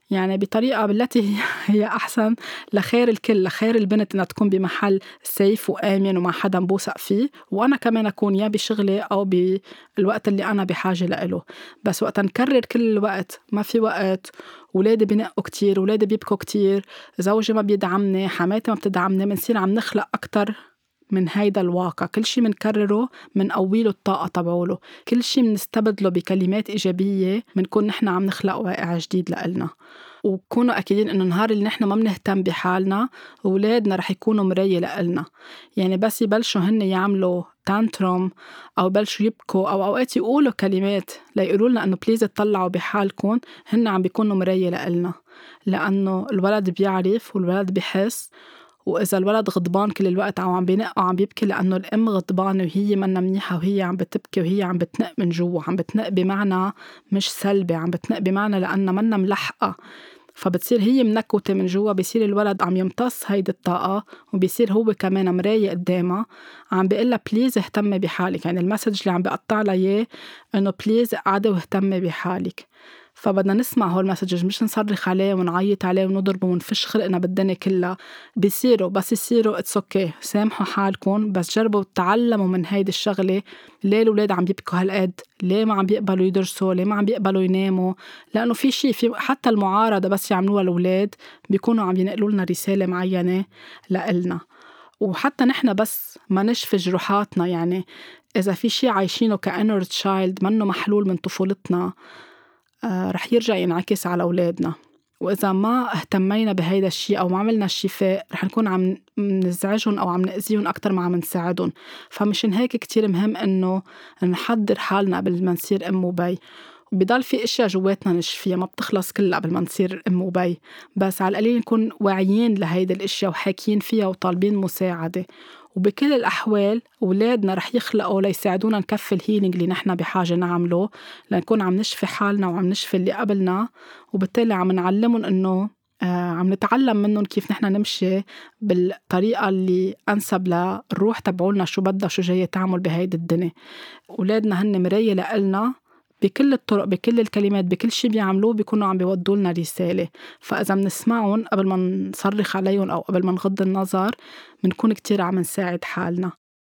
يعني بطريقة بالتي هي هي أحسن لخير الكل، لخير البنت إنها تكون بمحل سيف وآمن ومع حدا بوثق فيه، وأنا كمان أكون يا بشغلي أو بالوقت اللي أنا بحاجة لإله. بس وقت نكرر كل الوقت ما في وقت، ولادي بنقوا كتير، ولادي بيبكوا كتير، زوجي ما بيدعمني، حماتي ما بتدعمني، منصير عم نخلق أكتر من هيدا الواقع. كل شي منكرره من قويله الطاقة تبعوله، كل شي منستبدله بكلمات إيجابية منكون نحن عم نخلق واقع جديد لإلنا. وكونوا أكيدين إنه نهار اللي نحن ما منهتم بحالنا أولادنا رح يكونوا مراية لإلنا. يعني بس يبلشوا هن يعملوا تانتروم أو بلشوا يبكوا أو أوقات يقولوا كلمات ليقولوا لنا إنه بليز تطلعوا بحالكم، هن عم بيكونوا مراية لإلنا. لأنه الولد بيعرف والولد بيحس، وإذا الولد غضبان كل الوقت أو عم بينق أو عم بيبكي لأنه الأم غضبانة وهي منا منيحة وهي عم بتبكي وهي عم بتنق من جوا، عم بتنق بمعنى مش سلبي، عم بتنق بمعنى لأنها منا ملحقة، فبتصير هي منكوتة من جوا، بيصير الولد عم يمتص هيدي الطاقة وبيصير هو كمان مراية قدامها عم بيقلها بليز اهتمي بحالك. يعني المسج اللي عم بيقطع لها إياه إنه بليز قعدي واهتمي بحالك. فبدنا نسمع هول المسجز، مش نصرخ عليه ونعيط عليه ونضربه ونفش خلقنا بالدنيا كلها. بيصيروا بس يصيروا اتس اوكي، سامحوا حالكم، بس جربوا تعلموا من هيدي الشغلة. ليه الولاد عم يبكوا هالقد؟ ليه ما عم بيقبلوا يدرسوا؟ ليه ما عم بيقبلوا يناموا؟ لأنه في شي، في حتى المعارضة بس يعملوها الولاد بيكونوا عم ينقلوا لنا رسالة معينة لإلنا. وحتى نحن بس ما نشفي جروحاتنا، يعني إذا في شي عايشينه كأنر تشايلد منه محلول من طفولتنا، آه رح يرجع ينعكس على أولادنا. وإذا ما اهتمينا بهيدا الشيء أو ما عملنا الشفاء رح نكون عم نزعجهم أو عم نأذيهم أكتر ما عم نساعدهم. فمشان هيك كتير مهم إنه نحضر حالنا قبل ما نصير أم وبي. وبضل في اشياء جواتنا نشفيها، ما بتخلص كلها قبل ما نصير ام وبي، بس على القليل نكون واعيين لهيدي الاشياء وحاكيين فيها وطالبين مساعده. وبكل الاحوال اولادنا رح يخلقوا ليساعدونا نكفي الهيلينج اللي نحن بحاجه نعمله، لنكون عم نشفي حالنا وعم نشفي اللي قبلنا، وبالتالي عم نعلمهم انه آه عم نتعلم منهم كيف نحن نمشي بالطريقة اللي أنسب للروح تبعولنا، شو بدها شو جاية تعمل بهيدي الدنيا. أولادنا هن مراية لإلنا بكل الطرق، بكل الكلمات، بكل شي بيعملوه بيكونوا عم بيودوا لنا رسالة. فإذا منسمعهم قبل ما نصرخ عليهم أو قبل ما نغض النظر بنكون كتير عم نساعد حالنا.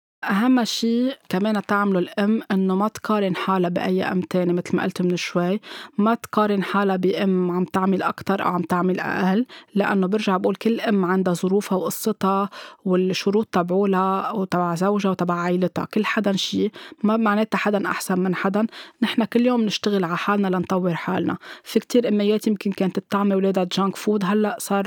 أهم شيء كمان تعمله الأم إنه ما تقارن حالها بأي أم تاني. مثل ما قلت من شوي، ما تقارن حالها بأم عم تعمل أكتر أو عم تعمل أقل، لأنه برجع بقول كل أم عندها ظروفها وقصتها والشروط تبعولها وتبع زوجها وتبع عائلتها، كل حدا شيء، ما معناتها حدا أحسن من حدا. نحن كل يوم نشتغل على حالنا لنطور حالنا. في كتير أميات يمكن كانت تطعمي ولادها جانك فود، هلأ صار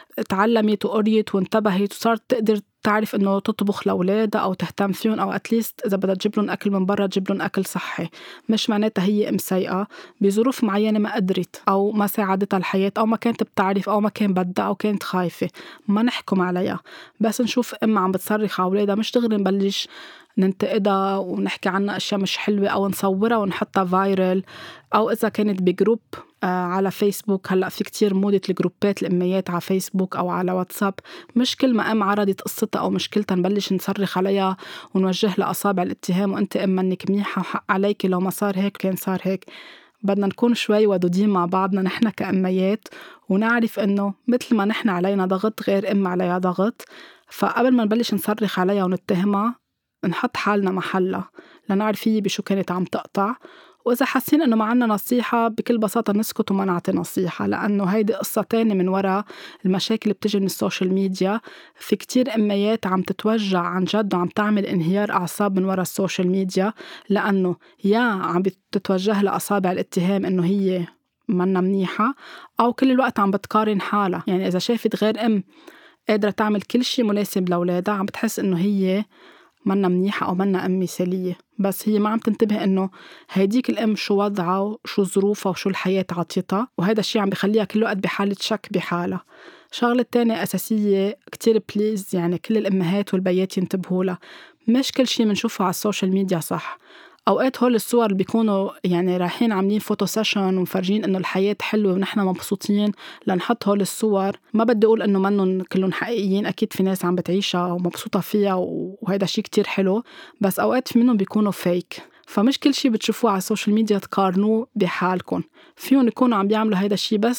تعلمت وقريت وانتبهت وصارت تقدر تعرف إنه تطبخ لأولادها أو تهتم فيهم، أو أتليست إذا بدها تجيب لهم أكل من برا تجيب لهم أكل صحي. مش معناتها هي أم سيئة، بظروف معينة ما قدرت أو ما ساعدتها الحياة أو ما كانت بتعرف أو ما كان بدها أو كانت خايفة، ما نحكم عليها. بس نشوف أم عم بتصرخ على أولادها مش دغري نبلش ننتقدها ونحكي عنها أشياء مش حلوة أو نصورها ونحطها فايرل. أو إذا كانت بجروب على فيسبوك، هلأ في كتير مودة الجروبات الأميات على فيسبوك أو على واتساب، مش كل ما أم عرضت قصتها أو مشكلتها نبلش نصرخ عليها ونوجه لها أصابع الاتهام وأنت أم منك منيحة وحق عليك لو ما صار هيك كان صار هيك. بدنا نكون شوي ودودين مع بعضنا نحن كأميات، ونعرف إنه مثل ما نحن علينا ضغط غير أم عليها ضغط. فقبل ما نبلش نصرخ عليها ونتهمها نحط حالنا محلها لنعرف هي بشو كانت عم تقطع. وإذا حاسين إنه ما عنا نصيحة بكل بساطة نسكت وما نعطي نصيحة، لأنه هيدي قصة تانية من وراء المشاكل اللي بتجي من السوشيال ميديا. في كتير أميات عم تتوجع عن جد وعم تعمل انهيار أعصاب من وراء السوشيال ميديا، لأنه يا عم بتتوجه لها أصابع الاتهام إنه هي منا منيحة، أو كل الوقت عم بتقارن حالها. يعني إذا شافت غير أم قادرة تعمل كل شي مناسب لأولادها عم بتحس إنه هي منا منيحة أو منا أم مثالية، بس هي ما عم تنتبه إنه هيديك الأم شو وضعها وشو ظروفها وشو الحياة عطيتها، وهذا الشي عم بخليها كل وقت بحالة شك بحالها. شغلة تانية أساسية كتير بليز، يعني كل الأمهات والبيات ينتبهوا لها، مش كل شي منشوفه على السوشيال ميديا صح. أوقات هول الصور اللي بيكونوا يعني رايحين عاملين فوتو سيشن ومفرجين إنه الحياة حلوة ونحن مبسوطين لنحط هول الصور. ما بدي أقول إنه منن كلهم حقيقيين، أكيد في ناس عم بتعيشها ومبسوطة فيها وهذا شيء كتير حلو، بس أوقات في منهم بيكونوا فيك. فمش كل شي بتشوفوه على السوشيال ميديا تقارنوه بحالكم. فيهم يكونوا عم بيعملوا هيدا الشي بس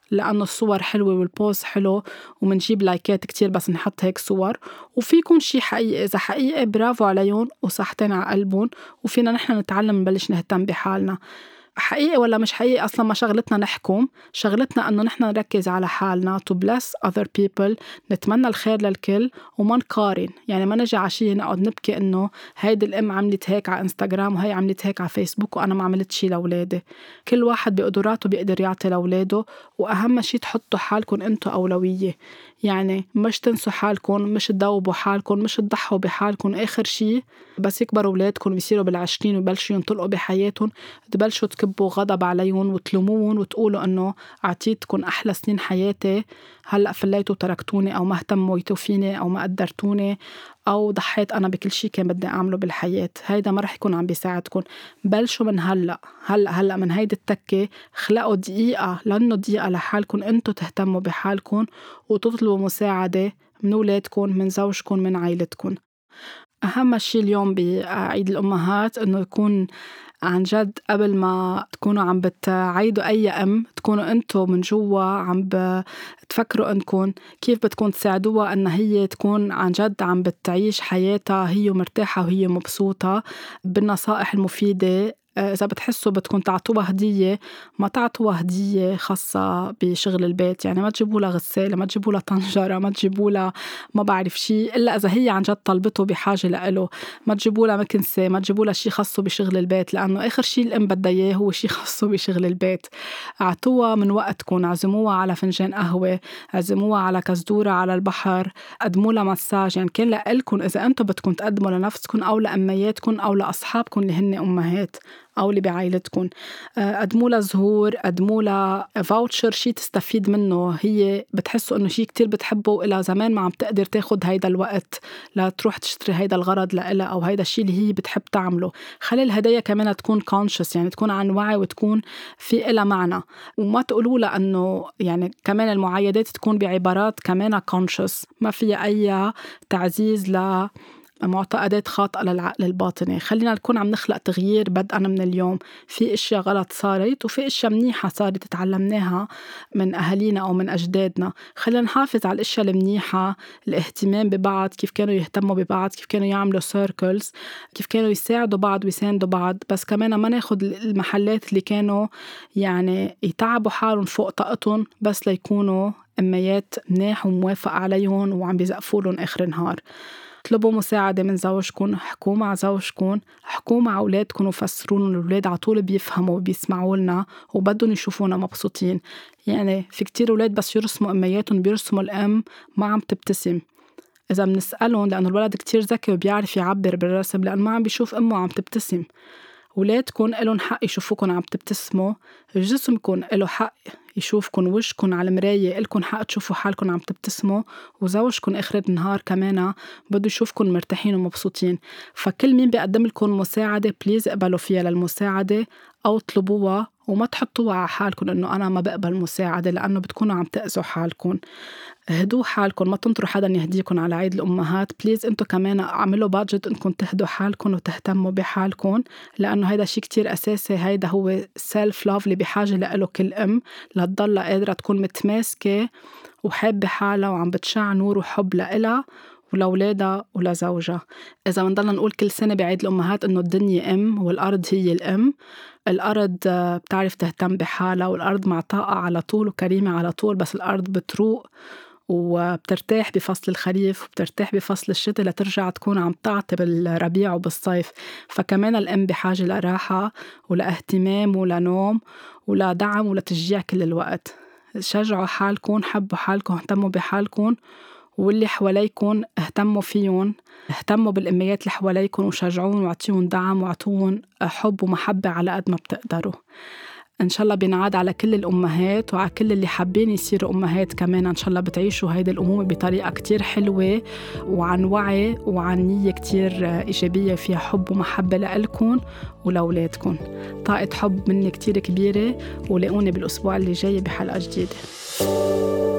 لأنه الصور حلوة والبوز حلو ومنجيب لايكات كتير بس نحط هيك صور، وفي يكون شي حقيقي. إذا حقيقي برافو عليهم وصحتين على قلبهم، وفينا نحن نتعلم نبلش نهتم بحالنا. حقيقي ولا مش حقيقي أصلا ما شغلتنا نحكم، شغلتنا أنه نحن نركز على حالنا to bless other people، نتمنى الخير للكل وما نقارن. يعني ما نجي عشية نقعد نبكي أنه هيدي الأم عملت هيك على إنستغرام وهي عملت هيك على فيسبوك وأنا ما عملت شي لأولادي. كل واحد بقدراته بيقدر يعطي لأولاده، وأهم شي تحطوا حالكم أنتوا أولوية. يعني مش تنسوا حالكم، مش تدوبوا حالكم، مش تضحوا بحالكم. آخر شي بس يكبروا أولادكم ويصيروا بالعشرين ويبلشوا ينطلقوا بحياتهم، تبلشوا تكبوا غضب عليهم وتلومون وتقولوا أنه عطيتكم أحلى سنين حياتي، هلأ فليتوا تركتوني، أو ما اهتموا فيني، أو ما قدرتوني، أو ضحيت أنا بكل شي كان بدي أعمله بالحياة. هيدا ما رح يكون عم بيساعدكم. بلشوا من هلأ هلأ هلأ من هيدا التكة، خلقوا دقيقة لأنه دقيقة لحالكم أنتوا تهتموا بحالكم وتطلبوا مساعدة من أولادكم، من زوجكم، من عائلتكم. أهم شي اليوم بعيد الأمهات إنه يكون عن جد قبل ما تكونوا عم بتعيدوا أي أم، تكونوا أنتوا من جوا عم بتفكروا أنكم كيف بدكم تساعدوها أن هي تكون عن جد عم بتعيش حياتها هي مرتاحة وهي مبسوطة، بالنصائح المفيدة. إذا بتحسوا بدكم تعطوها هدية، ما تعطوها هدية خاصة بشغل البيت. يعني ما تجيبوا لها غسالة، ما تجيبوا لها طنجرة، ما تجيبوا لها ما بعرف شيء إلا إذا هي عن جد طلبته بحاجة لإله. ما تجيبوا لها مكنسة، ما تجيبوا لها شيء خاصه بشغل البيت، لأنه آخر شيء الأم بدها إياه هو شيء خاصه بشغل البيت. اعطوها من وقتكم، عزموها على فنجان قهوة، عزموها على كزدورة على البحر، قدموا لها مساج. يعني كان لإلكم إذا أنتم بدكم تقدموا لنفسكم أو لأمياتكم أو لأصحابكم اللي هن أمهات أو اللي بعائلتكم. قدموا لها زهور، قدموا لها فاوتشر، شي تستفيد منه. هي بتحسوا إنه شي كتير بتحبه وإلى زمان ما عم تقدر تاخد هيدا الوقت لا تروح تشتري هيدا الغرض لإلها أو هيدا الشي اللي هي بتحب تعمله. خلي الهدايا كمان تكون conscious، يعني تكون عن وعي وتكون في إلها معنى، وما تقولوا لها أنه يعني كمان المعايدات تكون بعبارات كمان conscious، ما فيها أي تعزيز ل معتقدات خاطئة للعقل الباطني. خلينا نكون عم نخلق تغيير بدءا من اليوم. في اشياء غلط صارت وفي اشياء منيحة صارت تتعلمناها من أهالينا أو من أجدادنا. خلينا نحافظ على الاشياء المنيحة، الاهتمام ببعض، كيف كانوا يهتموا ببعض، كيف كانوا يعملوا سيركلز، كيف كانوا يساعدوا بعض ويساندوا بعض. بس كمان ما ناخد المحلات اللي كانوا يعني يتعبوا حالهم فوق طاقتهم بس ليكونوا أميات مناح وموافق عليهم وعم بيزقفوا لهم آخر النهار. اطلبوا مساعدة من زوجكم، حكوا مع زوجكم، حكوا مع أولادكم وفسروا لهم. الأولاد على طول بيفهموا وبيسمعوا لنا وبدهم يشوفونا مبسوطين. يعني في كتير أولاد بس يرسموا أمياتهم بيرسموا الأم ما عم تبتسم. إذا بنسألهم، لأنه الولد كتير ذكي وبيعرف يعبر بالرسم، لأنه ما عم بيشوف أمه عم تبتسم. أولادكم إلهم حق يشوفوكم عم تبتسموا، جسمكم إله حق يشوفكن، وشكن على المراية إلكن حق تشوفوا حالكن عم تبتسموا، وزوجكن آخر النهار كمان بده يشوفكن مرتاحين ومبسوطين. فكل مين بيقدم لكم مساعدة بليز اقبلوا فيها للمساعدة أو طلبوها، وما تحطوها على حالكن إنه أنا ما بقبل مساعدة، لأنه بتكونوا عم تأذوا حالكن. هدوا حالكن، ما تنطروا حدا يهديكن على عيد الأمهات. بليز انتو كمان اعملوا بادجت انكم تهدوا حالكن وتهتموا بحالكن، لأنه هيدا شيء كتير أساسي. هيدا هو سيلف لاف اللي بحاجة لإله كل أم لتضل قادرة تكون متماسكة وحابة حالها وعم بتشع نور وحب لإلها ولولادها ولزوجها. إذا منضلنا نقول كل سنة بعيد الأمهات إنه الدنيا أم والأرض هي الأم، الأرض بتعرف تهتم بحالها، والأرض معطاءة على طول وكريمة على طول، بس الأرض بتروق وبترتاح بفصل الخريف وبترتاح بفصل الشتاء لترجع تكون عم تعطي بالربيع وبالصيف. فكمان الأم بحاجة لراحة ولاهتمام ولنوم ولدعم ولتشجيع كل الوقت. شجعوا حالكم، حبوا حالكم، اهتموا بحالكم، واللي حواليكم اهتموا فيهم، اهتموا بالأميات اللي حواليكم وشجعون وعطيهم دعم وعطوهم حب ومحبة على قد ما بتقدروا. إن شاء الله بينعاد على كل الأمهات وعلى كل اللي حابين يصيروا أمهات كمان. إن شاء الله بتعيشوا هيدا الأمومة بطريقة كتير حلوة وعن وعي وعن نية كتير إيجابية فيها حب ومحبة لألكم ولأولادكم. طاقة حب مني كتير كبيرة، ولاقوني بالأسبوع اللي جاي بحلقة جديدة.